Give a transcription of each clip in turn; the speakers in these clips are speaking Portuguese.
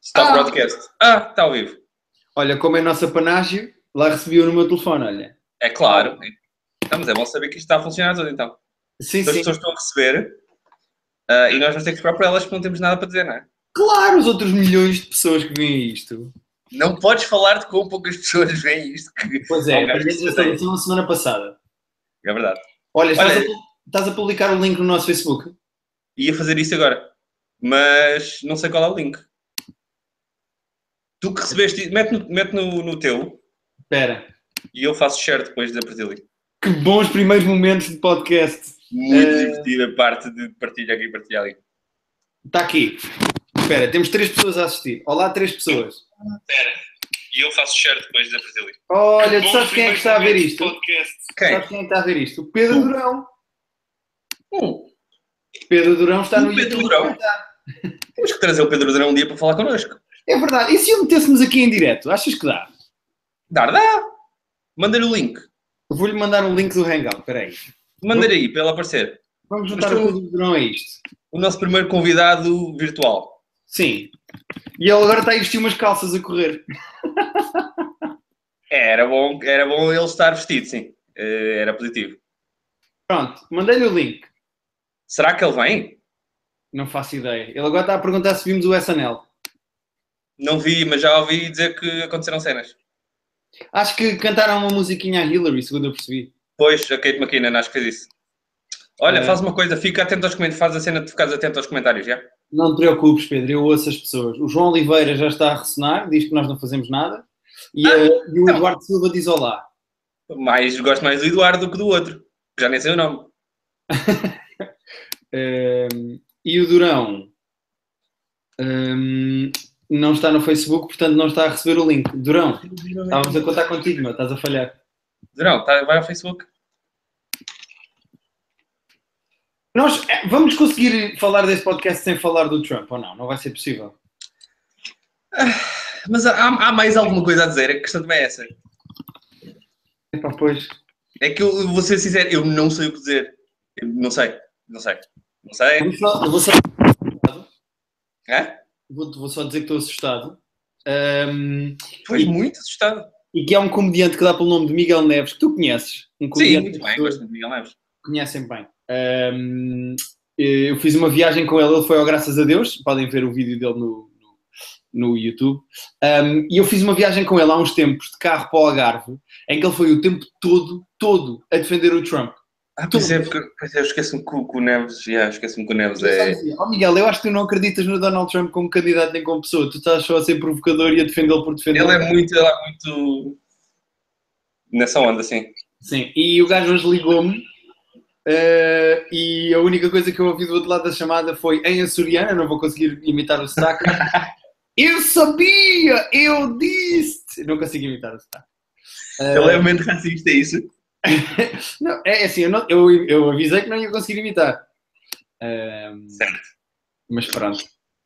Stop broadcast. Está ao vivo. Olha, como é nossa panágio, lá recebi-o no meu telefone, olha. É claro. Mas é bom saber que isto está a funcionar tudo, então. Sim, As sim. pessoas estão a receber e nós vamos ter que esperar por elas porque não temos nada para dizer, não é? Claro, os outros milhões de pessoas que veem isto. Não podes falar de quão poucas pessoas veem isto. Pois é, aprendi esta lição na semana passada. É verdade. Olha, estás a publicar o link no nosso Facebook? Ia fazer isso agora. Mas não sei qual é o link. Tu que recebeste, mete no teu. Espera. E eu faço share depois da partilha. Que bons primeiros momentos de podcast. Muito divertida a parte de partilha aqui e partilhar ali. Está aqui. Espera, temos 3 pessoas a assistir. Olá, 3 pessoas. Espera. E eu faço share depois da partilha. Olha, tu sabes quem é que está a ver isto? Quem? Sabes quem é que está a ver isto? O Pedro Durão. Pedro Durão está no Pedro YouTube. Durão? Temos que trazer o Pedro Durão um dia para falar connosco. É verdade. E se o metêssemos aqui em direto? Achas que dá? Dá. Manda-lhe o link. Eu vou-lhe mandar um link do Hangout. Espera aí. Manda-lhe aí, para ele aparecer. Vamos juntar o Pedro Durão a isto. O nosso primeiro convidado virtual. Sim. E ele agora está a vestir umas calças a correr. Era bom ele estar vestido, sim. Era positivo. Pronto, mandei-lhe o link. Será que ele vem? Não faço ideia. Ele agora está a perguntar se vimos o SNL. Não vi, mas já ouvi dizer que aconteceram cenas. Acho que cantaram uma musiquinha à Hillary, segundo eu percebi. Pois, a Kate McKinnon acho que fez isso. Olha, faz uma coisa, fica atento aos comentários, faz a cena de ficares atento aos comentários, já? Não te preocupes, Pedro, eu ouço as pessoas. O João Oliveira já está a ressonar, diz que nós não fazemos nada. E o Eduardo Silva diz olá. Gosto mais do Eduardo do que do outro. Já nem sei o nome. E o Durão não está no Facebook, portanto não está a receber o link. Durão, estávamos a contar contigo, meu, estás a falhar. Durão, vai ao Facebook. Nós vamos conseguir falar desse podcast sem falar do Trump, ou não? Não vai ser possível. Mas há mais alguma coisa a dizer? A questão também é essa. Epá, pois. É que eu vou ser sincero, eu não sei o que dizer. Eu não sei. Eu vou só... É? Vou só dizer que estou assustado. Muito assustado. E que é um comediante que dá pelo nome de Miguel Neves, que tu conheces. Sim, muito bem, gosto de Miguel Neves. Conhecem bem. Eu fiz uma viagem com ele foi ao Graças a Deus, podem ver o vídeo dele no YouTube, e eu fiz uma viagem com ele há uns tempos de carro para o Algarve, em que ele foi o tempo todo a defender o Trump. Pois é, porque eu esqueço-me que o Neves, esqueço-me que o Neves é... Miguel, eu acho que tu não acreditas no Donald Trump como candidato nem como pessoa, tu estás só a ser provocador e a defendê-lo por defendê-lo. Ele é muito nessa onda, sim. Sim, e o gajo hoje ligou-me. E a única coisa que eu ouvi do outro lado da chamada foi em açoriana, não vou conseguir imitar o sotaque. Eu sabia! Eu disse! Não consigo imitar o sotaque. Ele é levemente racista, é isso? Não, é assim, eu avisei que não ia conseguir imitar. Certo. Mas pronto.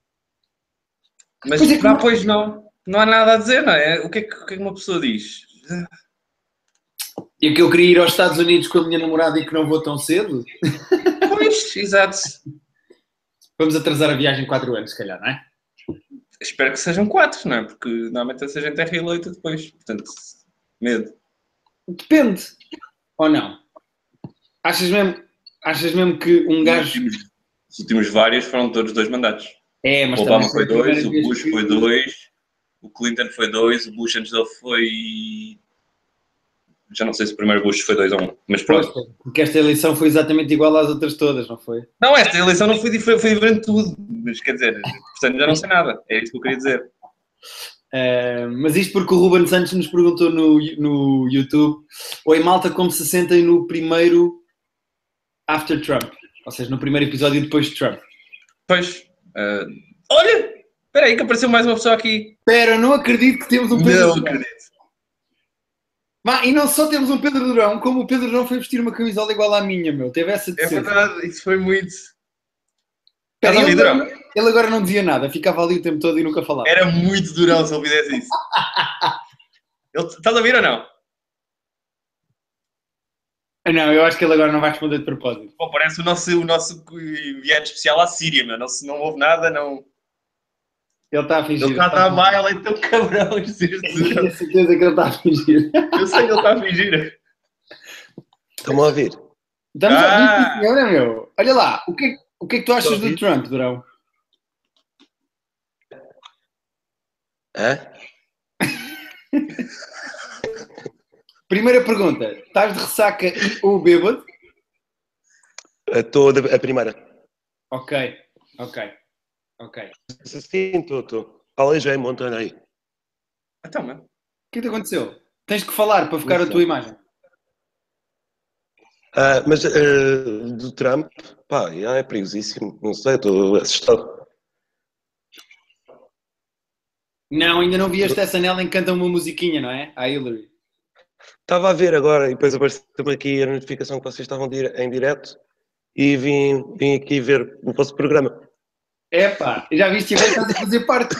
Mas pois não há nada a dizer, não é? O que é que uma pessoa diz? E que eu queria ir aos Estados Unidos com a minha namorada e que não vou tão cedo? Pois, exato. Vamos atrasar a viagem 4 anos, se calhar, não é? Espero que sejam 4, não é? Porque normalmente essa gente é reeleita depois. Portanto, medo. Depende. Ou não? Achas mesmo que um gajo... Os últimos vários foram todos 2 mandatos. Mas o Obama foi 2, o Bush foi 2, o Clinton foi 2, o Bush antes dele foi... Já não sei se o primeiro Bush foi 2 ou 1, mas pronto. Porque esta eleição foi exatamente igual às outras todas, não foi? Não, esta eleição não foi diferente, foi diferente de tudo. Mas quer dizer, portanto já não sei nada. É isso que eu queria dizer. Mas isto porque o Ruben Santos nos perguntou no YouTube: oi malta, como se sentem no primeiro after Trump? Ou seja, no primeiro episódio depois de Trump. Pois. Olha! Espera aí que apareceu mais uma pessoa aqui. Espera, não acredito que temos um Pedro Durão. Não acredito. E não só temos um Pedro Durão, como o Pedro Durão foi vestir uma camisola igual à minha, meu. Teve essa decência. É verdade, isso foi muito... Espera, ele agora não dizia nada, ficava ali o tempo todo e nunca falava. Era muito Durão se ele fizesse isso. Estás a ouvir ou não? Não, eu acho que ele agora não vai responder de propósito. Bom, parece o nosso enviado especial à Síria, meu. Não houve nada, não... Ele está a fingir. Ele está a baile, ele é tão cabrão. Tenho certeza que ele está a fingir. Eu sei que ele está a fingir. Estão a ouvir? Estamos a ouvir, senhora, meu. Olha lá, o que é que tu achas do Trump, Durão? Hã? Primeira pergunta. Estás de ressaca ou bêbado? Estou a primeira. Ok. Sim, estou. Aleijei-me ontem, olha aí. Então, mano. O que te aconteceu? Tens que falar para ficar a tua imagem. Mas do Trump, pá, é perigosíssimo. Não sei, estou assustado. Não, ainda não vi este SNL em que canta uma musiquinha, não é? A Hillary. Estava a ver agora e depois apareceu-me aqui a notificação que vocês estavam em direto e vim aqui ver o vosso programa. Epá, já viste, agora estás a fazer parte.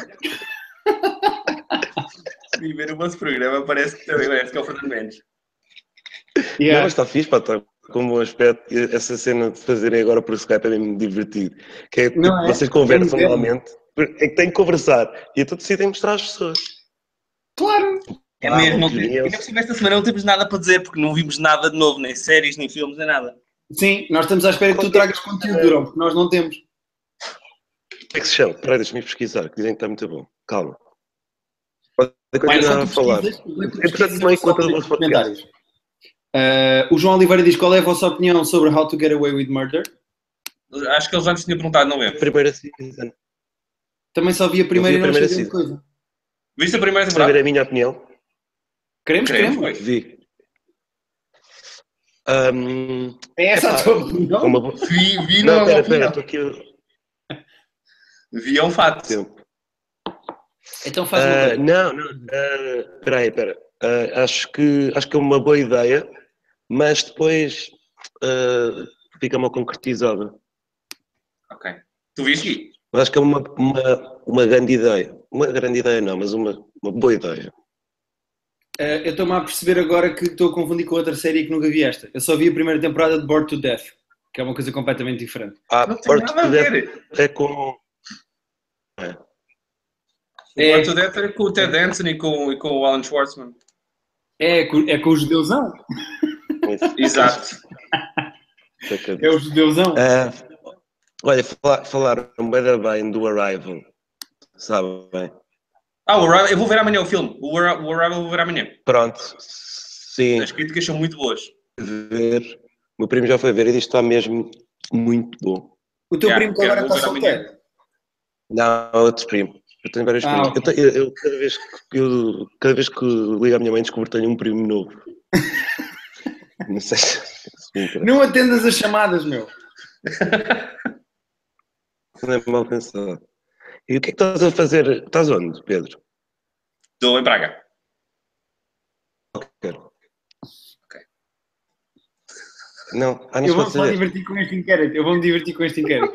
E ver o nosso programa parece que é o Fernando Mendes. Não, mas está fixe, pá, está com um bom aspecto. E essa cena de fazerem agora por Skype é mesmo divertido. Que é, tipo, vocês conversam normalmente, é que têm que conversar e então decidem mostrar às pessoas. Claro. É mesmo, ainda por cima esta semana não temos nada para dizer, porque não vimos nada de novo, nem séries, nem filmes, nem nada. Sim, nós estamos à espera que tu tragas conteúdo, Durão, porque nós não temos. Como é que se chama? Espera aí, deixa-me pesquisar, que dizem que está muito bom. Calma. Pode continuar a falar. Entretanto, não encontro os comentários. O João Oliveira diz: qual é a vossa opinião sobre How to Get Away with Murder? Acho que eles antes tinham perguntado, não é? Primeira season. Também só vi a primeira e não achei grande coisa. Viste a primeira temporada? temporada? Saber a minha opinião? Queremos. Vi. É essa a tua opinião? Vi não, espera, estou aqui. Vi é um fato. Tempo. Então faz uma coisa. Não, espera. Acho que é uma boa ideia, mas depois fica mal concretizada. Ok. Tu viste? Acho que é uma grande ideia. Uma grande ideia não, mas uma boa ideia. Eu estou-me a perceber agora que estou a confundir com outra série que nunca vi esta. Eu só vi a primeira temporada de Bored to Death, que é uma coisa completamente diferente. Bored to Death é com... Bored to Death é com o Ted Danson e com o Alan Schwartzman. É com o judeuzão? Exato. É o judeuzão? Olha, falaram bem do Arrival, sabe bem? O Arrival, eu vou ver amanhã o filme. O Arrival eu vou ver amanhã. Pronto, sim. As críticas são muito boas. Ver. O meu primo já foi ver e diz que está mesmo muito bom. O teu primo que agora está solteiro? Não, outro primo. Eu tenho vários primos. Okay. Eu cada vez que ligo à minha mãe descubro que tenho um primo novo. Não sei se... Não atendas as chamadas, meu. Não é mal pensado. E o que é que estás a fazer? Estás onde, Pedro? Estou em Praga. Ok. Não, não eu vou-me divertir com este inquérito. Eu vou-me divertir com este inquérito.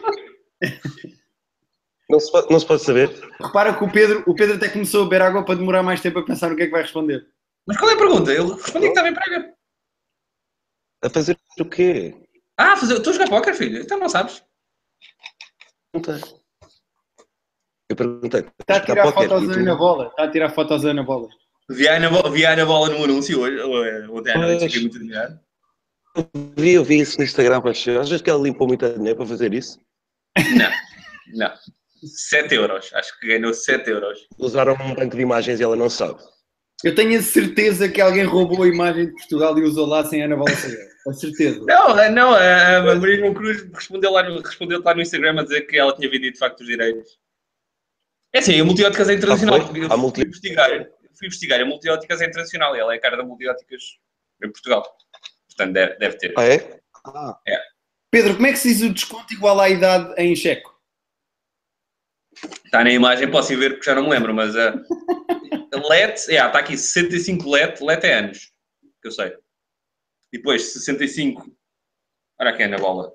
Não se pode saber. Repara que o Pedro até começou a beber água para demorar mais tempo a pensar no que é que vai responder. Mas qual é a pergunta? Eu respondi que estava em Praga. A fazer o quê? Estou a jogar póquer, filho. Então não sabes. Não tem. Eu perguntei. Está a tirar fotos da Ana Bola. Está a tirar fotos da Ana Bola. Vi a Ana Bola no anúncio hoje. Ontem à noite, fiquei muito admirado. Eu vi isso no Instagram. Às vezes que ela limpou muito dinheiro para fazer isso. Não. 7 euros. Acho que ganhou 7 euros. Usaram um banco de imagens e ela não sabe. Eu tenho a certeza que alguém roubou a imagem de Portugal e usou lá sem Ana Bola saber. A certeza. Não. A Maria João Cruz respondeu lá no Instagram a dizer que ela tinha vendido de facto os direitos. É assim, a Multióticas é internacional. Eu fui investigar. A Multióticas é internacional. Ela é a cara da Multióticas em Portugal. Portanto, deve ter. É? É. Pedro, como é que se diz o desconto igual à idade em checo? Está na imagem, posso ir ver porque já não me lembro, mas LED, está aqui 65 LED é anos, que eu sei. E depois 65, olha aqui na bola.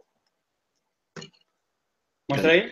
Mostra aí.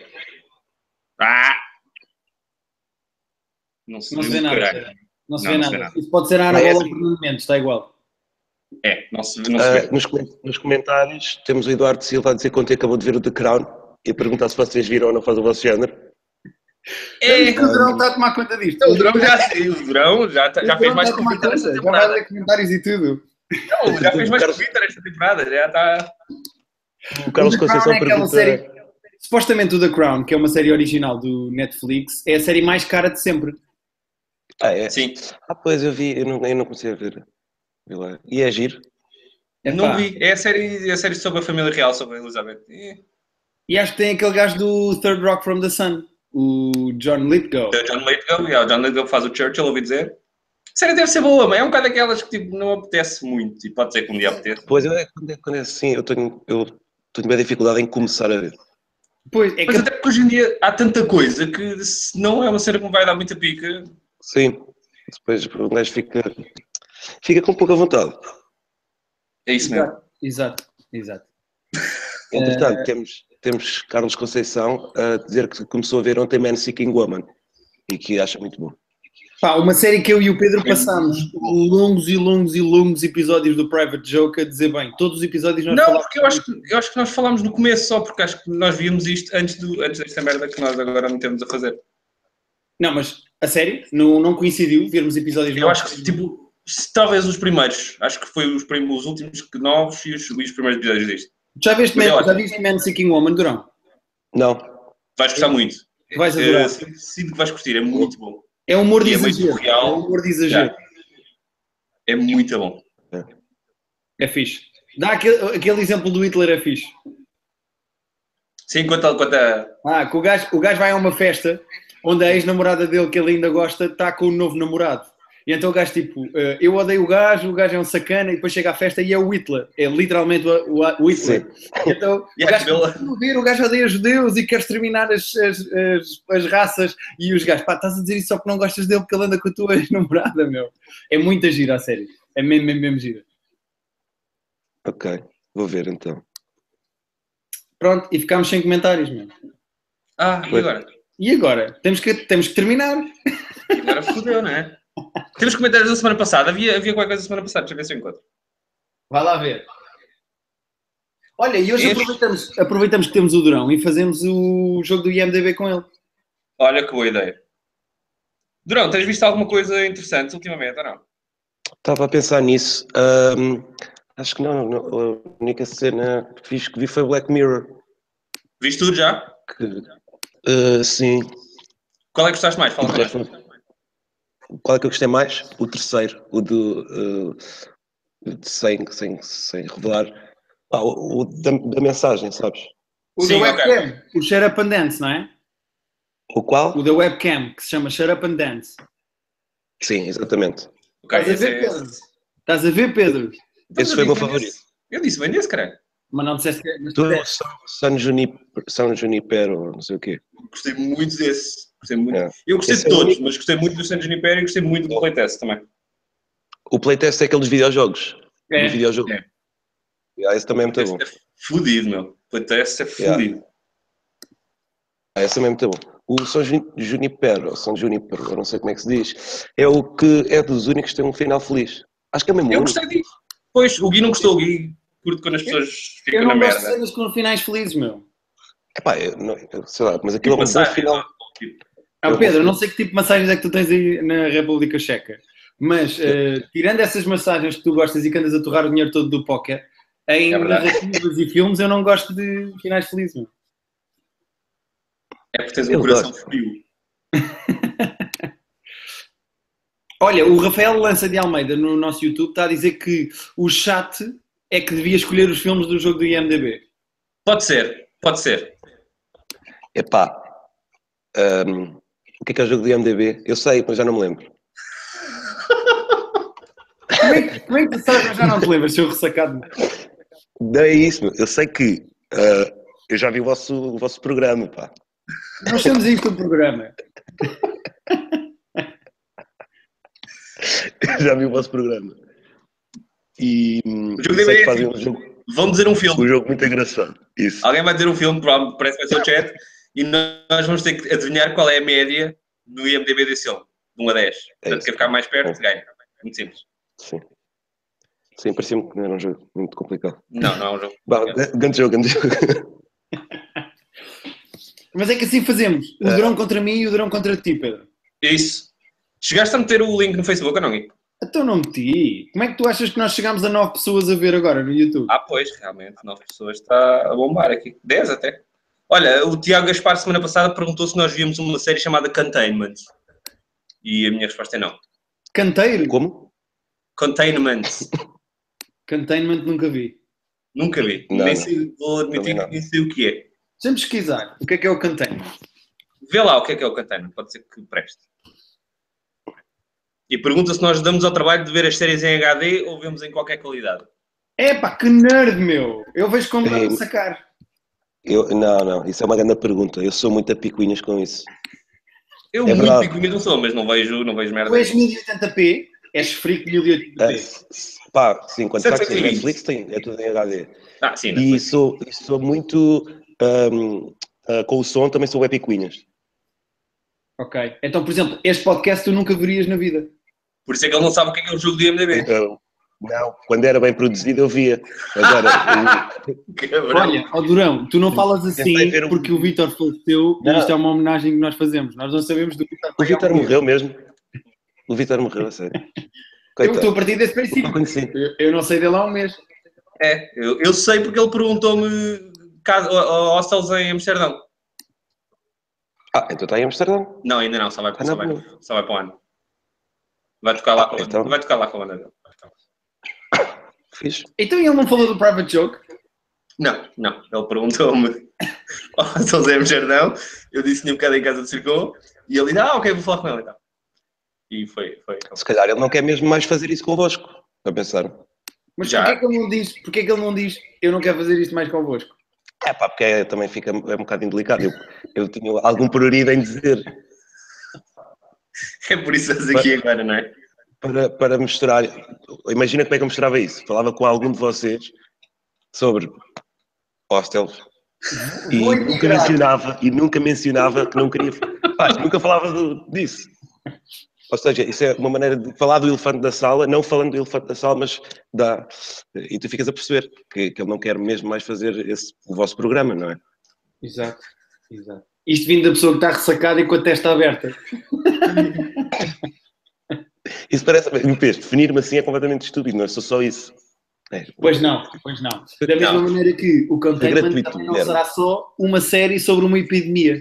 Não se vê nada. Caralho. Não se vê nada. Isso pode ser a Ana Bola permanentemente, está igual. Não se vê. Nos comentários temos o Eduardo Silva a dizer que ontem acabou de ver o The Crown e a perguntar se vocês viram ou não faz o vosso género. É que o Durão está a tomar conta disto. O Durão já fez mais que o Vitor esta temporada. Já vai ler comentários e tudo. Não, já fez mais que o Vitor esta temporada. Já está... O Carlos Conceição pergunta... Supostamente o The Crown, que é uma série original do Netflix, é a série mais cara de sempre. É? Sim. Pois eu vi, eu não comecei a ver. E é giro? Não vi. É a série sobre a família real, sobre a Elizabeth. E acho que tem aquele gajo do Third Rock from the Sun, o John Lithgow. O John Lithgow faz o Churchill, ouvi dizer. A série deve ser boa, mas é um bocado daquelas que tipo, não apetece muito. E pode ser que um dia apeteça. Pois, quando é assim, eu tenho uma dificuldade em começar a ver. Mas até porque hoje em dia há tanta coisa que não é uma série que me vai dar muita pica. Sim. Depois o gajo fica com pouca vontade. É isso mesmo. Exato. Entretanto, temos Carlos Conceição a dizer que começou a ver ontem Man Seeking Woman e que acha muito bom. Uma série que eu e o Pedro passámos longos episódios do Private Joke a dizer bem, todos os episódios nós falámos... Porque eu acho que nós falámos no começo só, porque acho que nós víamos isto antes desta merda que nós agora não temos a fazer. Não, mas a sério? Não coincidiu vermos episódios novos? Eu acho que, tipo, talvez os primeiros. Acho que foi os últimos novos e os primeiros episódios disto. Já viste Man Seeking Woman, Durão? Não. Vais gostar muito. Vais adorar. Sinto que vais curtir, é muito bom. É humor de exagero. É humor de exagero. É muito bom. É fixe. Dá aquele exemplo do Hitler, é fixe. Sim, quanto a... Que o gajo vai a uma festa onde a ex-namorada dele, que ele ainda gosta, está com um novo namorado. E então o gajo tipo, eu odeio o gajo é um sacana, e depois chega à festa e é o Hitler. É literalmente o Hitler. Sim. Então o gajo odeia judeus e quer exterminar as raças. E os gajos, estás a dizer isso só porque não gostas dele porque ele anda com a tua ex-namorada, meu. É muita gira a série. É mesmo gira. Ok, vou ver então. Pronto, e ficámos sem comentários, meu. E agora? Temos que terminar. E agora fodeu, não é? Temos comentários da semana passada. Havia qualquer coisa da semana passada. Deixa eu ver se eu encontro. Vai lá ver. Olha, e hoje aproveitamos que temos o Durão e fazemos o jogo do IMDB com ele. Olha que boa ideia. Durão, tens visto alguma coisa interessante ultimamente ou não? Estava a pensar nisso. Acho que não. A única cena que vi foi Black Mirror. Viste tudo já? Sim. Qual é que gostaste mais? Fala mais. Qual é que eu gostei mais? O terceiro, o do sem revelar. O da mensagem, sabes? O da webcam, o Shut Up and Dance, não é? O qual? O da webcam, que se chama Shut Up and Dance. Sim, exatamente. Estás a ver, Pedro? Esse foi o meu favorito. Eu disse bem desse, cara. Mas não disseste que... San Junipero, não sei o quê. Gostei muito desse. Eu gostei de todos, mas gostei muito do San Junipero e gostei muito do playtest também. O playtest é aquele dos videojogos. Do videojogo. Esse também é muito bom. É fodido, meu. O playtest é fodido. Esse também é muito bom. O San Junipero, eu não sei como é que se diz, é o que é dos únicos que tem um final feliz. Acho que é mesmo. Eu gostei disso. Pois, o Gui não gostou. O Gui curte quando as pessoas ficam na merda. Eu não gosto de cenas com finais felizes, meu. Sei lá, mas aquilo é um bom final. Pedro, eu não sei que tipo de massagens é que tu tens aí na República Checa, mas tirando essas massagens que tu gostas e que andas a torrar o dinheiro todo do póquer, em narrativas e filmes eu não gosto de finais felizes, meu. É porque tens um coração frio. Olha, o Rafael Lança de Almeida no nosso YouTube está a dizer que o chat é que devia escolher os filmes do jogo do IMDB. Pode ser. Epá, o que é o jogo do IMDB? Eu sei, mas já não me lembro. Como é que tu sabes, mas já não te lembras, seu ressacado? Não é isso, meu. Eu sei que eu já vi o vosso programa, pá. Nós temos isto no programa. Já vi o vosso programa. E o jogo deve ser vão dizer um filme. Um jogo muito engraçado. Isso. Alguém vai dizer um filme, parece que vai ser o chat, e nós vamos ter que adivinhar qual é a média no IMDB desse filme, de 1 a 10. Portanto, quer ficar mais perto, ganha. Muito simples. Sim, parecia-me que não era um jogo muito complicado. Não é um jogo. Grande jogo. Mas é que assim fazemos. O Durão contra mim e o Durão contra ti, Pedro. Isso. Chegaste a meter o link no Facebook ou não, Gui? Então não meti. Como é que tu achas que nós chegámos a 9 pessoas a ver agora no YouTube? Ah, pois, realmente, 9 pessoas está a bombar aqui. 10 até. Olha, o Tiago Gaspar, semana passada, perguntou se nós víamos uma série chamada Containment. E a minha resposta é não. Canteiro? Como? Containment. Containment nunca vi. Nunca vi. Não, nem não. sei, vou admitir que nem sei o que é. Deixa-me pesquisar. O que é o containment? Vê lá o que é o Containment. Pode ser que preste. E pergunta se nós damos ao trabalho de ver as séries em HD ou vemos em qualquer qualidade. Epá, que nerd, meu! Eu vejo como dá para sacar. Não, isso é uma grande pergunta. Eu sou muito a picuinhas com isso. Eu muito picuinha não sou, mas não vejo merda. Tu és 1080p? És freak 1080p? Pá, sim, quando estás em Netflix é tudo em HD. Ah, sim. E sou muito... com o som também sou picuinhas. Ok. Então, por exemplo, este podcast tu nunca verias na vida. Por isso é que ele não sabe o que é o jogo de IMDb. Então, não, quando era bem produzido eu via. Agora, olha, ó Durão, tu não falas assim porque o Vítor faleceu e isto é uma homenagem que nós fazemos. Nós não sabemos do Vítor. O Vítor morreu mesmo. O Vítor morreu, a sério. Eu estou a partir desse princípio. Eu não sei dele há um mês. Eu sei porque ele perguntou-me hostels em Amsterdão. Então está em Amsterdão? Não, ainda não, só vai para o ano. Vai tocar lá com a banda dele. Fixe. Então ele não falou do Private Joke? Não. Ele perguntou-me hostels em Amsterdão. Eu disse que tinha um bocado em casa de Circou. E ele disse, ok, vou falar com ele então. E foi. Se calhar ele não quer mesmo mais fazer isso convosco. A pensar. Mas porquê que ele não diz eu não quero fazer isto mais convosco? Porque também fica um bocado indelicado. Eu tinha algum prurido em dizer. É por isso que estás aqui agora, não é? Para misturar. Imagina como é que eu misturava isso. Falava com algum de vocês sobre hostels e nunca mencionava que não queria. Nunca falava disso. Ou seja, isso é uma maneira de falar do elefante da sala, não falando do elefante da sala, mas e tu ficas a perceber que ele não quer mesmo mais fazer o vosso programa, não é? Exato. Isto vindo da pessoa que está ressacada e com a testa aberta. Isso parece... Definir-me assim é completamente estúpido, não é? Sou só isso. Pois não. Da mesma maneira que o Containment também não será só uma série sobre uma epidemia.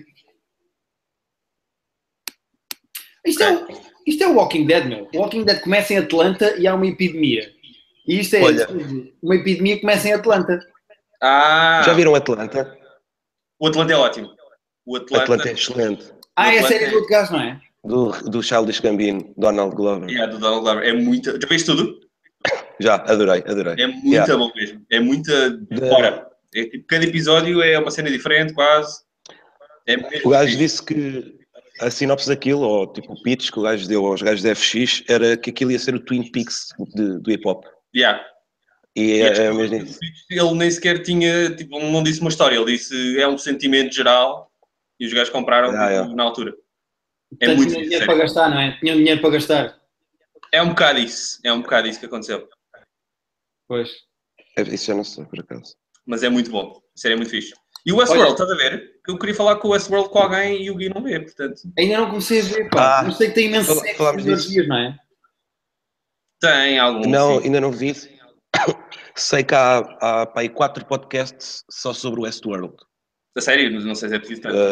Isto é o Walking Dead, meu. O Walking Dead começa em Atlanta e há uma epidemia. E isto é uma epidemia que começa em Atlanta. Já viram Atlanta? O Atlanta é ótimo. O Atlanta é excelente. É a série do outro gajo, não é? Do Childish Gambino, Donald Glover. Do Donald Glover. É muito... Já viste tudo? Já, adorei. É muito bom mesmo. É muito... Fora. Cada episódio é uma cena diferente, quase. O gajo disse que a sinopse daquilo, ou tipo o pitch que o gajo deu aos gajos da FX, era que aquilo ia ser o Twin Peaks do hip-hop. E é mesmo isso. Ele nem sequer tinha, não disse uma história, ele disse é um sentimento geral e os gajos compraram na altura. É muito tinha dinheiro para gastar, não é? Tinha dinheiro para gastar. É um bocado isso que aconteceu. Pois. Isso já não sei, por acaso. Mas é muito bom, a série é muito fixe. E o Westworld, estás a ver? Eu queria falar com o Westworld com alguém e o Gui não vê, portanto... Ainda não comecei a ver, pá. Não sei que tem imenso sexo e energias, não é? Tem algum. Não, ainda não vi. Sei que há aí 4 podcasts só sobre o Westworld. A sério? Não sei se é preciso tanto,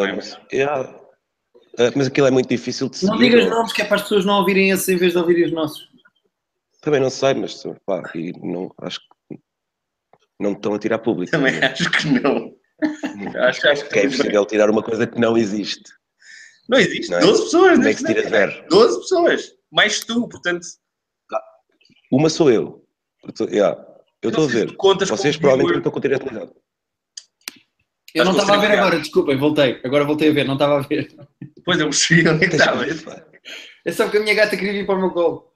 mas aquilo é muito difícil de seguir. Não digas nomes que é para as pessoas não ouvirem esses em vez de ouvirem os nossos. Também não sei, mas acho que não me estão a tirar público. Também acho que não. Acho que é impossível tirar uma coisa que não existe. Não existe. Não é? 12 pessoas. Como é que se tira 0? 12 pessoas. Mais tu, portanto... Uma sou eu. Eu estou a ver. Vocês provavelmente não estão com o direito ligado. Eu não estava a ver agora, desculpem, voltei. Agora voltei a ver, não estava a ver. Pois eu percebi onde estava. É só porque a minha gata queria vir para o meu colo.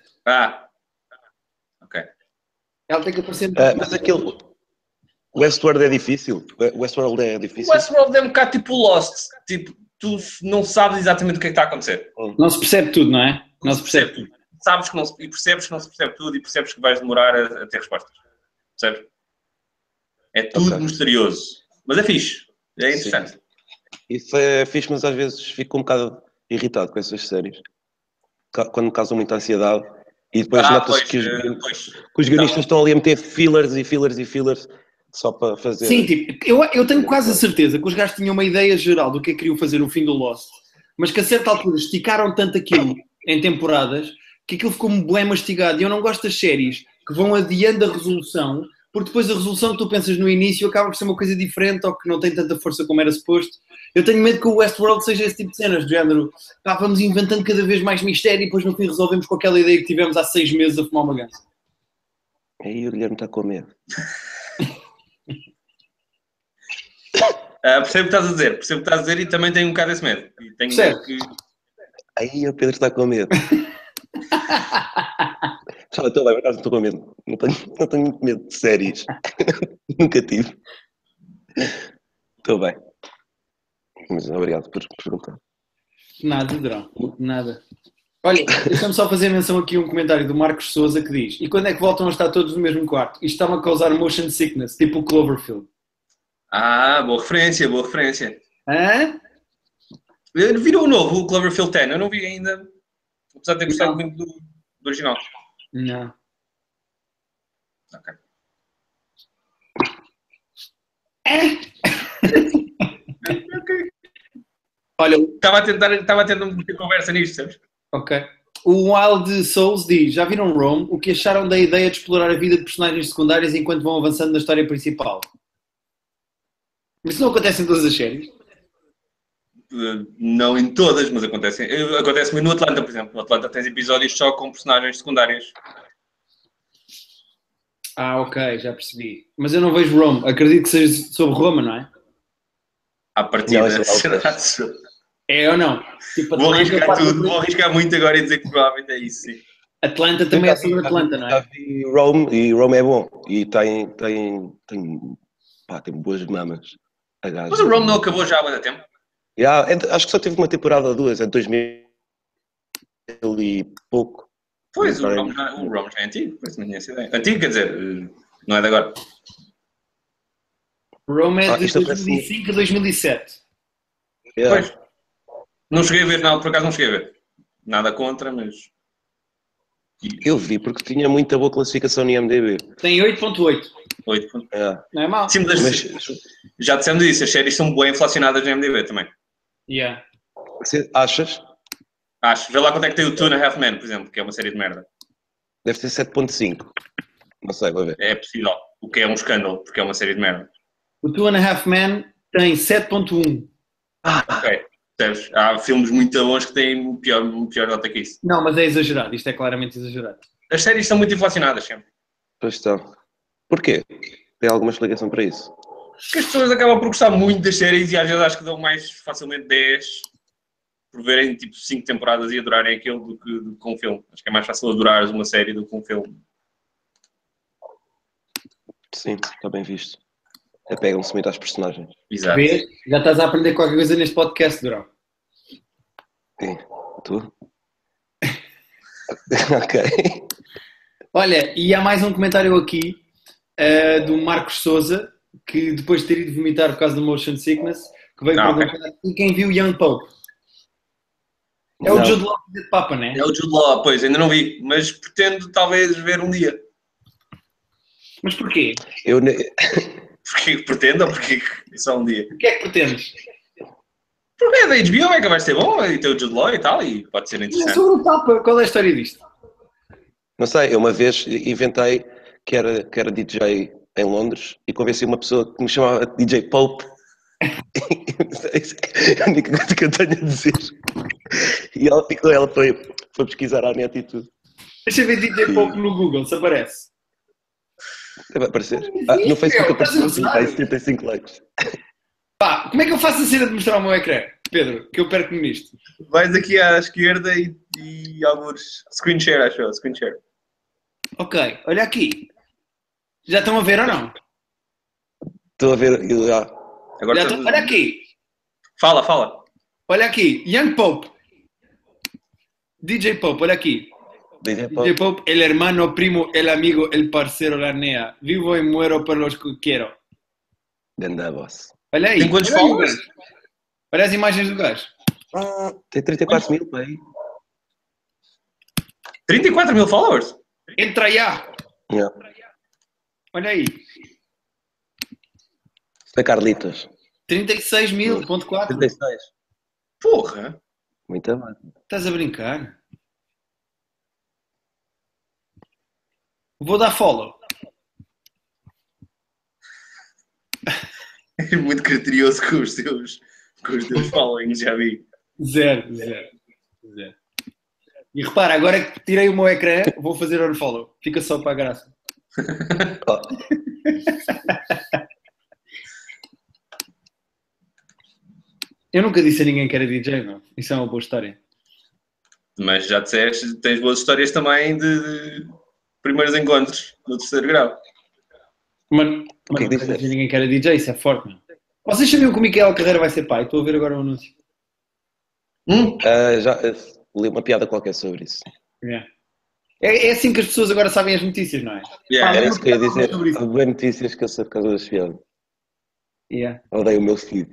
Ok. Ela tem que aparecer... mas aquilo... O Westworld é difícil? O Westworld é difícil? O Westworld é um bocado tipo Lost. Tipo, tu não sabes exatamente o que é que está a acontecer. Não se percebe tudo, não é? Não se percebe tudo. Sabes que não se, e percebes que não se percebe tudo e percebes que vais demorar a ter respostas. Percebes? É tudo misterioso. Mas é fixe. É interessante. Isso é fixe, mas às vezes fico um bocado irritado com essas séries. Quando me causam muita ansiedade. E depois nota-se que os guionistas estão ali a meter fillers e fillers e fillers só para fazer... Sim, tipo, eu tenho quase a certeza que os gajos tinham uma ideia geral do que queriam fazer no fim do Lost, mas que a certa altura esticaram tanto aquilo em temporadas que aquilo ficou bem mastigado. E eu não gosto das séries que vão adiando a resolução, porque depois a resolução que tu pensas no início acaba por ser uma coisa diferente ou que não tem tanta força como era suposto. Eu tenho medo que o Westworld seja esse tipo de cenas, do género, vamos inventando cada vez mais mistério e depois no fim resolvemos com aquela ideia que tivemos há 6 meses a fumar uma gança. Aí o Guilherme está com medo. Percebo o que estás a dizer e também tenho um bocado esse medo. E tenho medo que... Aí o Pedro está com medo. Estou bem, por acaso estou com medo. Não tenho muito medo de séries. Nunca tive. Estou bem. Mas obrigado por perguntar. Nada, Drão. Nada. Olha, deixa-me só fazer menção aqui a um comentário do Marcos Souza que diz: e quando é que voltam a estar todos no mesmo quarto? Isto está-me a causar motion sickness, tipo o Cloverfield. Boa referência. Hã? Virou o novo, o Cloverfield 10. Eu não vi ainda, apesar de ter gostado muito do original. Não. Ok. Olha, estava a tentar meter conversa nisto, sabes? Ok. O Wild Souls diz: já viram Rome? O que acharam da ideia de explorar a vida de personagens secundários enquanto vão avançando na história principal? Isso não acontece em todas as séries? Não em todas, mas acontece-me no Atlanta, por exemplo. No Atlanta tens episódios só com personagens secundários. Ok, já percebi. Mas eu não vejo Rome. Acredito que seja sobre Roma, não é? À partida, é ou não? Tipo, vou arriscar tudo, vou arriscar muito agora e dizer que provavelmente é isso, sim. Atlanta também é sobre Atlanta, não é? Já vi Rome e Rome é bom. E tem boas mamas. Mas o Rome não acabou já há muito tempo? Acho que só teve uma temporada ou duas, 2000 e pouco. Pois, o Rome já é antigo, parece-me que tinha essa ideia. Antigo, quer dizer, não é de agora. Rome é de 2005 a 2007. Pois. Não cheguei a ver, por acaso não cheguei a ver. Nada contra, mas... Eu vi porque tinha muita boa classificação no IMDb. Tem 8.8. 8. Não é mal. Sim, mas já dissemos isso, as séries são bem inflacionadas no IMDb também. Yeah. Achas? Acho. Vê lá quanto é que tem o Two and a Half Men, por exemplo, que é uma série de merda. Deve ter 7.5. Não sei, vou ver. É possível. O que é um escândalo, porque é uma série de merda. O Two and a Half Men tem 7.1. Ok. Há filmes muito bons que têm pior nota que isso. Não, mas é exagerado. Isto é claramente exagerado. As séries são muito inflacionadas sempre. Pois estão. Porquê? Tem alguma explicação para isso? Porque as pessoas acabam por gostar muito das séries e às vezes acho que dão mais facilmente 10 por verem tipo 5 temporadas e adorarem aquilo do que com um filme. Acho que é mais fácil adorar uma série do que um filme. Sim, está bem visto. Apegam-se muito às personagens. Exato. Vês? Já estás a aprender qualquer coisa neste podcast, Durão. Sim. Tu? Ok. Olha, e há mais um comentário aqui do Marcos Souza, que depois de ter ido vomitar por causa do motion sickness, que veio perguntar, e quem viu Young Pope? É o Jude Law de Papa, não é? É o Jude Law, pois, ainda não vi, mas pretendo talvez ver um dia. Mas porquê? Porquê que pretendo ou porquê que só um dia? O que é que pretendes? Porque é da HBO, é que vai ser bom, e tem o Jude Law e tal, e pode ser interessante. Sobre o Papa, qual é a história disto? Não sei, eu uma vez inventei que era DJ em Londres e convenci uma pessoa que me chamava DJ Pope. É a única coisa que eu tenho a dizer. E ela foi pesquisar à net e tudo. Deixa eu ver DJ Pope no Google, se aparece. Deve aparecer. No Facebook apareceu, tem 75 likes. Pá, como é que eu faço a cena de mostrar o meu ecrã, Pedro? Que eu perco-me nisto. Vais aqui à esquerda e alguns screen share, acho eu, screen share. Ok, olha aqui. Já estão a ver ou não? Estou a ver. Agora olha aqui. Fala. Olha aqui, Young Pope. DJ Pope, olha aqui. DJ Pope, el hermano, primo, el amigo, el parceiro, la nea. Vivo e muero por los que quiero. Ganda boss. Olha aí. Tem quantos followers? Olha as imagens do gajo. Tem 34 mil, pai. 34 mil followers? Entra aí! Yeah. Olha aí. Isto é Carlitos. 36.000.4. 36. Porra! Muito bem. Estás a brincar? Vou dar follow. É muito criterioso com os teus followings, já vi. Zero. E repara, agora que tirei o meu ecrã, vou fazer unfollow. Fica só para a graça. Eu nunca disse a ninguém que era DJ, não. Isso é uma boa história. Mas já disseste, tens boas histórias também de primeiros encontros no terceiro grau. Mas nunca disse a ninguém que era DJ, isso é forte, não? Vocês sabiam que o Miquel Carreira vai ser pai? Estou a ver agora o anúncio. Já li uma piada qualquer sobre isso. Yeah. É assim que as pessoas agora sabem as notícias, não é? Era isso que eu ia dizer. Há boas notícias que eu sei por causa das piadas. Yeah. Odeio o meu feed.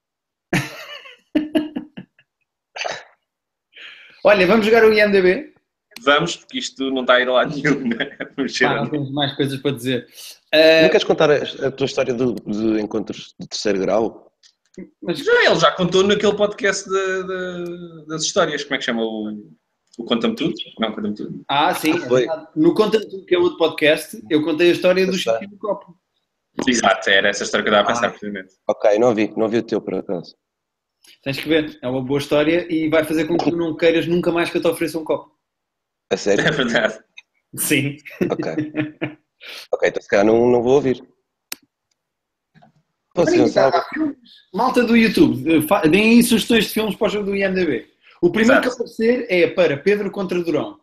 Olha, vamos jogar o IMDb? Vamos, porque isto não está a ir lá nenhum, né? Não temos mais coisas para dizer. Não queres contar a tua história de encontros de terceiro grau? Mas ele já contou naquele podcast das histórias, como é que chama o Conta-me Tudo? Não, Conta-me Tudo. Sim. No Conta-me Tudo, que é outro podcast, eu contei a história do Chico do Copo. Exato, era essa história que eu estava a pensar precisamente. Ok, não vi o teu por acaso. Tens que ver, é uma boa história e vai fazer com que tu não queiras nunca mais que eu te ofereça um copo. A sério? É verdade. Sim. Ok, então se calhar não vou ouvir. Malta do YouTube, deem aí sugestões de filmes para o jogo do IMDb. O primeiro que aparecer é para Pedro contra Durão.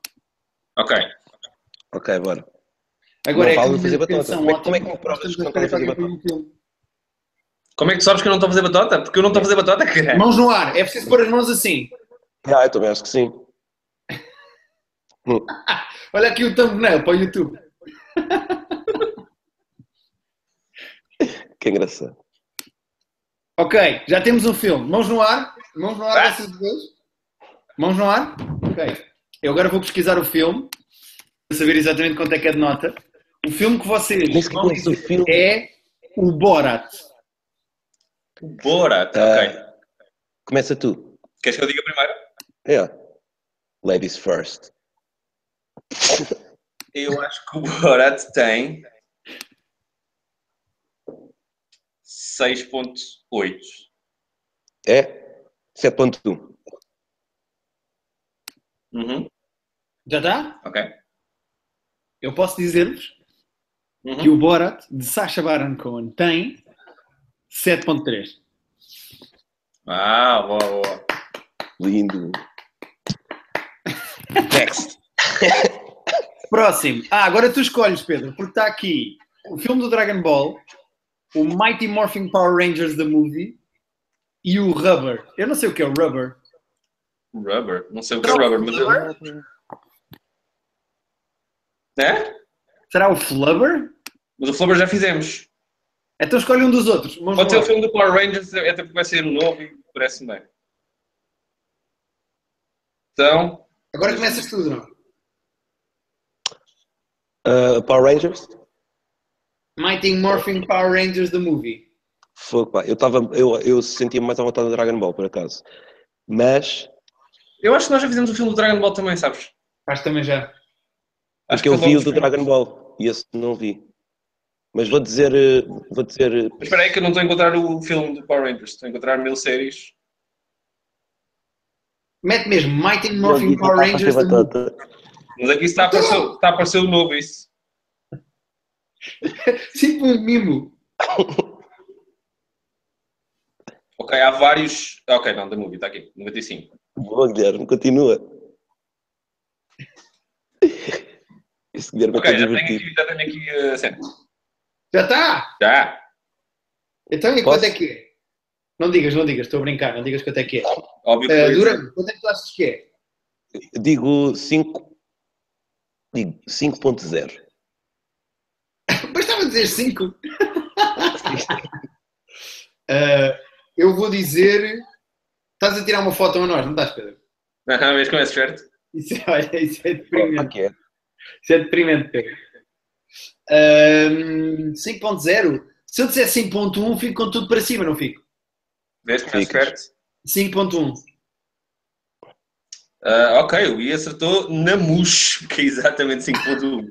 Ok, bora. Agora não fazer batota. Como é que me provas que não estás a fazer batota? Como é que tu sabes que eu não estou a fazer batota? Porque eu não estou a fazer batota, cara. Mãos no ar, é preciso pôr as mãos assim. Eu também acho que sim. Olha aqui o thumbnail para o YouTube. Que engraçado. Ok, já temos um filme. Mãos no ar vocês dois. Mãos no ar. Ok. Eu agora vou pesquisar o filme para saber exatamente quanto é que é de nota. O filme que vocês vão dizer é o Borat. O Borat, ok. Começa tu. Queres que eu diga primeiro? Ladies first. Eu acho que o Borat tem 6.8. É? 7.1. Já está? Ok. Eu posso dizer-vos que o Borat de Sacha Baron Cohen tem 7.3. Boa. Lindo. Next. Próximo. Agora tu escolhes, Pedro, porque está aqui o filme do Dragon Ball, o Mighty Morphin Power Rangers The Movie e o Rubber. Eu não sei o que é o Rubber. Rubber? Não sei o que é o Rubber, mas eu... É? Será o Flubber? Mas o Flubber já fizemos. Então escolhe um dos outros. Pode ser o filme do Power Rangers, até porque vai ser novo e parece-me bem. Então... Agora começas tudo, não? Power Rangers? Mighty Morphin Power Rangers The Movie. Fogo, pá. Eu sentia mais à vontade do Dragon Ball, por acaso. Mas... Eu acho que nós já fizemos o filme do Dragon Ball também, sabes? Acho que também já. Acho que eu vi o do Dragon Ball e esse não vi. Mas vou dizer... Mas espera aí que eu não estou a encontrar o filme do Power Rangers. Estou a encontrar 1000 séries. Mete mesmo Mighty Morphin Power Rangers The Movie. Mas aqui está a aparecer o novo, isso. Tipo um mimo. Ok, há vários... Ok, não, The Movie, está aqui. 95. Boa, Guilherme, continua. Esse Guilherme ok, já tenho aqui a cena. Já está? Já. Então, e quanto é que é? Não digas, estou a brincar, não digas quanto é que é. Óbvio que Durão, quanto é que tu achas que é? Digo 5. Digo 5.0. Mas estava a dizer 5. Eu vou dizer Estás a tirar uma foto a nós, não estás, Pedro? Aham, vês como é certo? Isso é deprimente. Okay. Isso é deprimente, Pedro. 5.0. Se eu disser 5.1, fico com tudo para cima, não fico? Vês como é certo? 5.1. Ok, o Gui acertou na mousse, que é exatamente 5.1.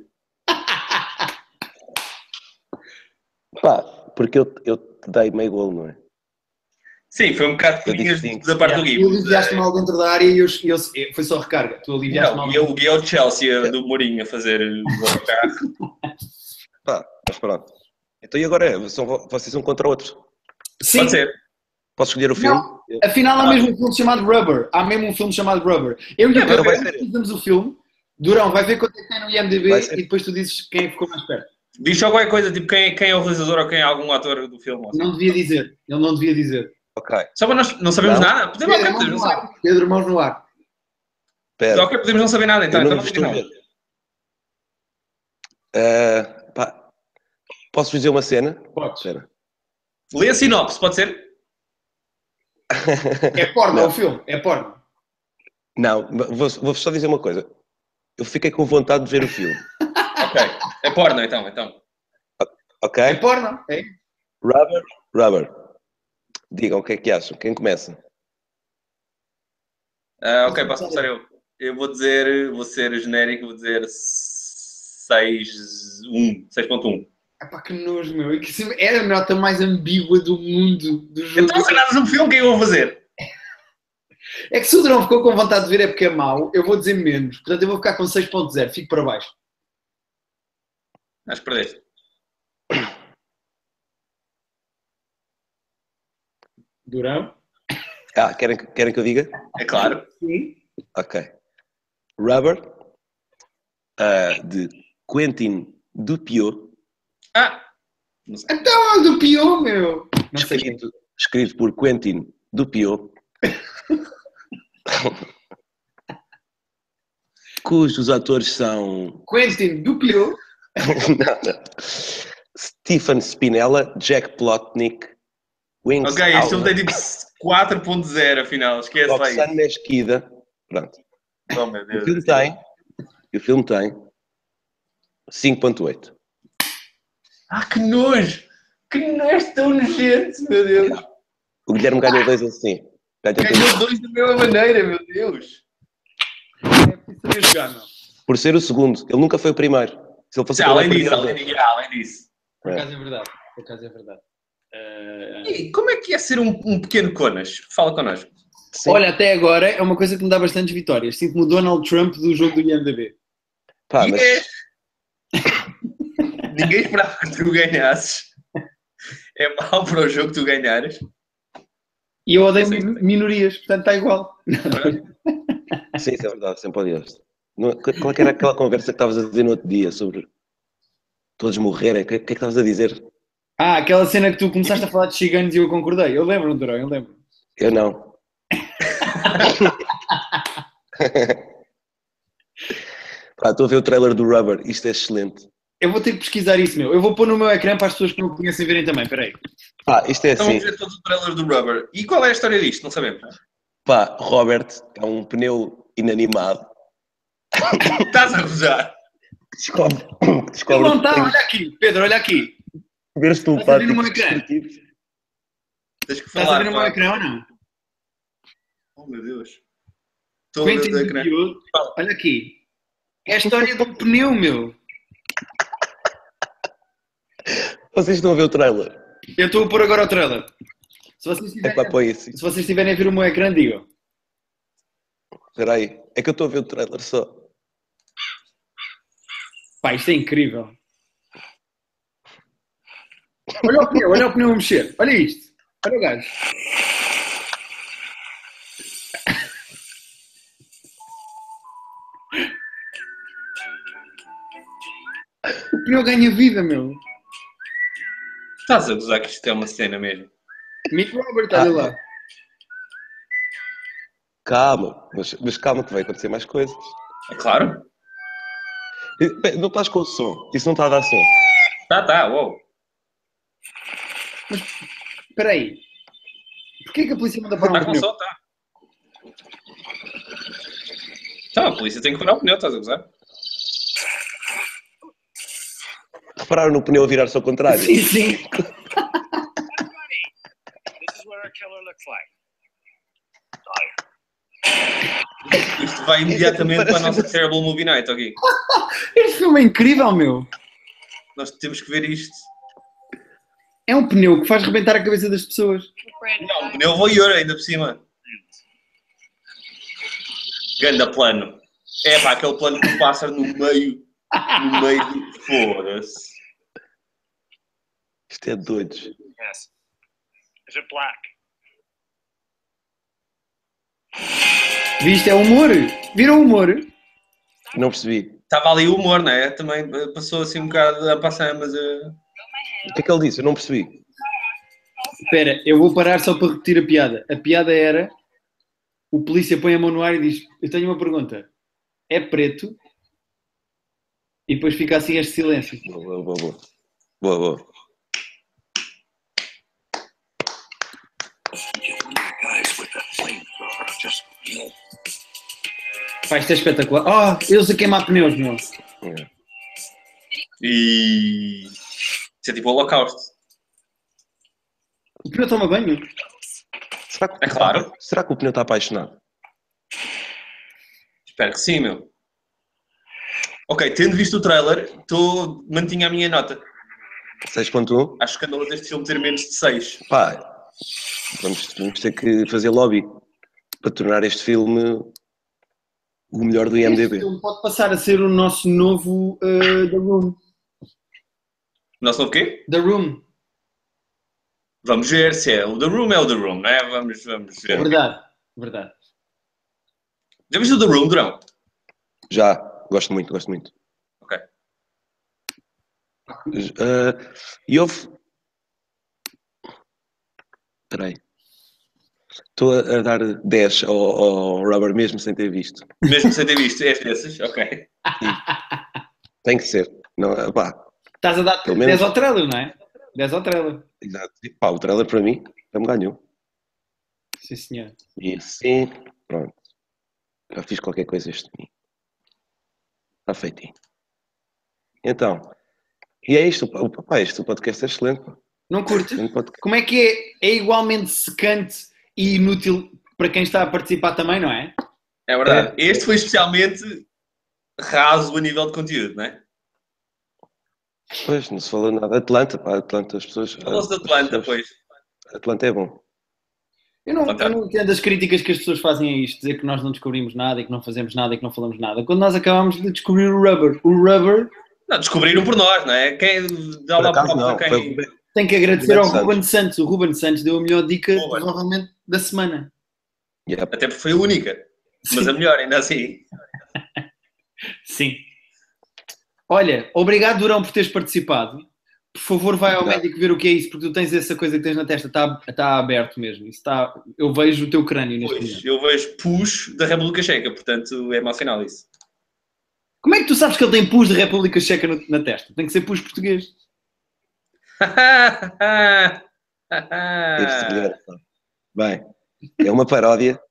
Pá, porque eu te dei meio golo, não é? Sim, foi um bocado da parte do Gui. Tu aliviaste mal dentro da área e foi só recarga. Tu aliviaste mal. O Gui é o Chelsea do Mourinho a fazer o autocarro. Pá, mas pronto. Então e agora vocês são contra outros? Sim. Pode ser. Posso escolher o filme? Não, afinal há mesmo um filme chamado Rubber. Há mesmo um filme chamado Rubber. Eu e o Pedro fizemos o filme. Durão, vai ver quanto é que tem no IMDb e depois tu dizes quem é que ficou mais perto. Diz só qualquer coisa, tipo quem é o realizador ou quem é algum ator do filme. Assim. Não devia dizer. Ele não devia dizer. Ok. Só para nós não sabemos nada? Podemos não saber. Pedro, mãos no ar. Pera. Ok, podemos não saber nada então. Então não digo nada. Pá, posso dizer uma cena? Podes. Lê a sinopse, pode ser? É porno o filme? É porno? Não, vou só dizer uma coisa. Eu fiquei com vontade de ver o filme. Ok. É porno então. Ok? É porno? É. Rubber. Digam o que é que acham. Quem começa? Ok, posso começar eu. Eu vou ser genérico, vou dizer 6.1. Epá, que nojo, meu. É a nota mais ambígua do mundo do jogo. Então se nada um filme, o que é que eu vou fazer? É que se o Drão ficou com vontade de ver é porque é mau, eu vou dizer menos. Portanto, eu vou ficar com 6.0. Fico para baixo. Acho que perdeste. Durão? Querem que eu diga? É claro. Sim. Ok. Rubber, de Quentin Dupieux. Então é o do Pio, meu. Não sei Escrito por Quentin Dupieux. Cujos atores são... Quentin Dupieux. Não. Stephen Spinella, Jack Plotnick, Wings Ok, este filme tem tipo 4.0, afinal. Esquece lá isso. Roxane Mesquida. Pronto. Oh, meu Deus. O filme tem 5.8. Que nojo! Que nojo tão nojento, meu Deus! O Guilherme ganhou 2 assim. Ganhou 2 da mesma maneira, meu Deus! É preciso saber jogar, não. Por ser o segundo. Ele nunca foi o primeiro. Se ele fosse além disso. Por acaso é verdade. E como é que é ser um pequeno conas? Fala connosco. Sim. Olha, até agora é uma coisa que me dá bastantes vitórias. Sinto-me o Donald Trump do jogo do IMDb. Pá, mas... Ninguém esperava que tu ganhasses. É mau para o jogo que tu ganhares. E eu odeio minorias, portanto está igual. Sim, isso é verdade, sempre odiaste. Qual era aquela conversa que estavas a dizer no outro dia sobre todos morrerem? O que é que estavas a dizer? Aquela cena que tu começaste a falar de ciganos e eu concordei. Eu lembro, Durão, eu lembro. Eu não. Estou a ver o trailer do Rubber, isto é excelente. Eu vou ter que pesquisar isso, meu. Eu vou pôr no meu ecrã para as pessoas que não conhecem verem também, peraí. Isto é então assim. Vamos ver todos os trailers do Rubber. E qual é a história disto? Não sabemos. Robert é um pneu inanimado. Estás a gozar? Descobre. Ele não está, olha aqui, Pedro, olha aqui. Ver-te um Estás a ver no meu ecrã? Tens que Estás a ver no meu ecrã ou não? Oh, meu Deus. Estou a ver o ecrã. Olha aqui. É a história do pneu, meu. Vocês estão a ver o trailer? Eu estou a pôr agora o trailer. Se vocês estiverem a ver o meu ecrã, digam. Espera aí. É que eu estou a ver o trailer só. Pá, isto é incrível. Olha o pneu a mexer. Olha isto. Olha o gajo. O pneu ganha vida, meu. Estás a gozar que isto é uma cena mesmo. Mick Robert, olha lá. Calma, mas calma que vai acontecer mais coisas. É claro. Não estás com o som. Isso não está a dar som. Tá, uou. Mas, espera aí. Porquê que a polícia manda parar um pneu? Tá. Então, a polícia tem que furar o pneu, estás a gozar? Repararam no pneu a virar-se ao contrário? Sim, sim. Isto vai imediatamente para a nossa Terrible Movie Night, ok? Este filme é incrível, meu. Nós temos que ver isto. É um pneu que faz rebentar a cabeça das pessoas. Não, um pneu voyeur ainda por cima. Ganda plano. É pá, aquele plano com o pássaro no meio do... Foda-se. Isto é doido. Yes. Is it black? Viste? É humor. Viram o humor? Não percebi. Estava ali o humor, não é? Também passou assim um bocado a passar, mas... O que é que ele disse? Eu não percebi. Espera, eu vou parar só para repetir a piada. A piada era... O polícia põe a mão no ar e diz: eu tenho uma pergunta. É preto? E depois fica assim este silêncio. Boa. Pá, isto é espetacular. Oh, eles a queimar pneus, meu. E... Isso é tipo o Holocausto. O pneu toma banho? É claro. Será que o pneu está apaixonado? Espero que sim, meu. Ok, tendo visto o trailer, mantinha a minha nota. 6.1? Acho escandaloso este filme ter menos de 6. Pá, vamos ter que fazer lobby para tornar este filme o melhor do IMDb. Este filme pode passar a ser o nosso novo The Room. Nosso novo quê? The Room. Vamos ver se é o The Room, não é? Vamos ver. Verdade. Já viste o The Room, Durão? Já, gosto muito. Ok. E houve... Espera aí. Estou a dar 10 ao Rubber mesmo sem ter visto. Mesmo sem ter visto, és desses? Ok. Tem que ser. Não, pá. Estás a dar 10 ao trailer, não é? 10 ao trailer. Exato. E, pá, o trailer para mim já me ganhou. Sim, senhor. E assim, pronto. Já fiz qualquer coisa este domingo. Está feitinho. Então, e é isto. O podcast é excelente. Pá. Não curte? Como é que é? É igualmente secante e inútil para quem está a participar também, não é? É verdade. Este foi especialmente raso a nível de conteúdo, não é? Pois, não se falou nada. Atlanta, as pessoas... Falou-se de Atlanta, pois. Atlanta é bom. Eu não entendo as críticas que as pessoas fazem a isto, dizer que nós não descobrimos nada e que não fazemos nada e que não falamos nada. Quando nós acabamos de descobrir o Rubber. O Rubber... Não, descobriram por nós, não é? Quem dá lá para quem... Tem que agradecer ao Ruben Santos. O Ruben Santos deu a melhor dica, provavelmente, da semana. Yep. Até porque foi a única. Mas a melhor, ainda assim. Sim. Olha, obrigado, Durão, por teres participado. Por favor, vai ao médico ver o que é isso, porque tu tens essa coisa que tens na testa, está aberto mesmo. Isso está... Eu vejo o teu crânio neste momento. Eu vejo pus da República Checa, portanto é mau sinal isso. Como é que tu sabes que ele tem pus da República Checa na testa? Tem que ser pus português. Este Guilherme. Bem, é uma paródia.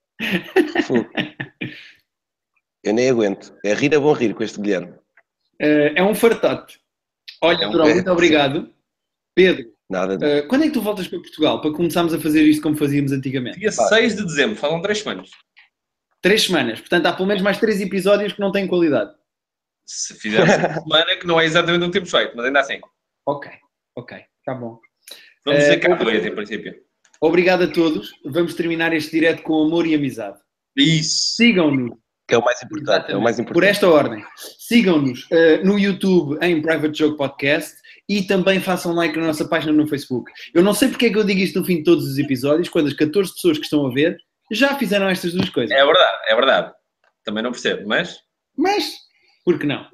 Eu nem aguento. É rir a bom rir com este Guilherme. É um fartote. Olha, Durão, muito obrigado. Pedro, nada. Quando é que tu voltas para Portugal para começarmos a fazer isto como fazíamos antigamente? Dia 6 de dezembro, falam 3 semanas. 3 semanas, portanto há pelo menos mais 3 episódios que não têm qualidade. Se fizermos uma semana, que não é exatamente o que temos feito, mas ainda assim. Ok, está bom. Vamos dizer que há 2 em princípio. Obrigado a todos. Vamos terminar este direto com amor e amizade. Isso. Sigam-nos. Que é o mais importante. É o mais importante. Por esta ordem. Sigam-nos no YouTube em Private Joke Podcast e também façam like na nossa página no Facebook. Eu não sei porque é que eu digo isto no fim de todos os episódios, quando as 14 pessoas que estão a ver já fizeram estas duas coisas. É verdade. Também não percebo, mas... Por que não?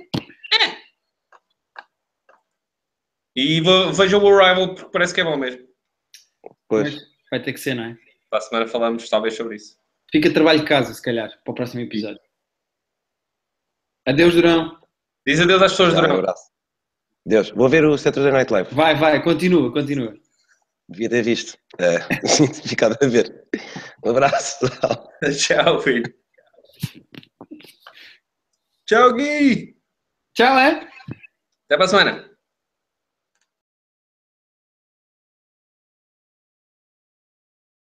E vejam o Arrival, porque parece que é bom mesmo. Pois. Vai ter que ser, não é? Para a semana falamos talvez sobre isso. Fica trabalho de casa, se calhar, para o próximo episódio. Adeus, Durão. Diz adeus às pessoas, Durão. Um abraço. Deus. Vou ver o Saturday Night Live. Vai, continua. Devia ter visto. Ficado a ver. Um abraço. Tchau, filho. Tchau, Gui! Tchau, é? Até para a semana!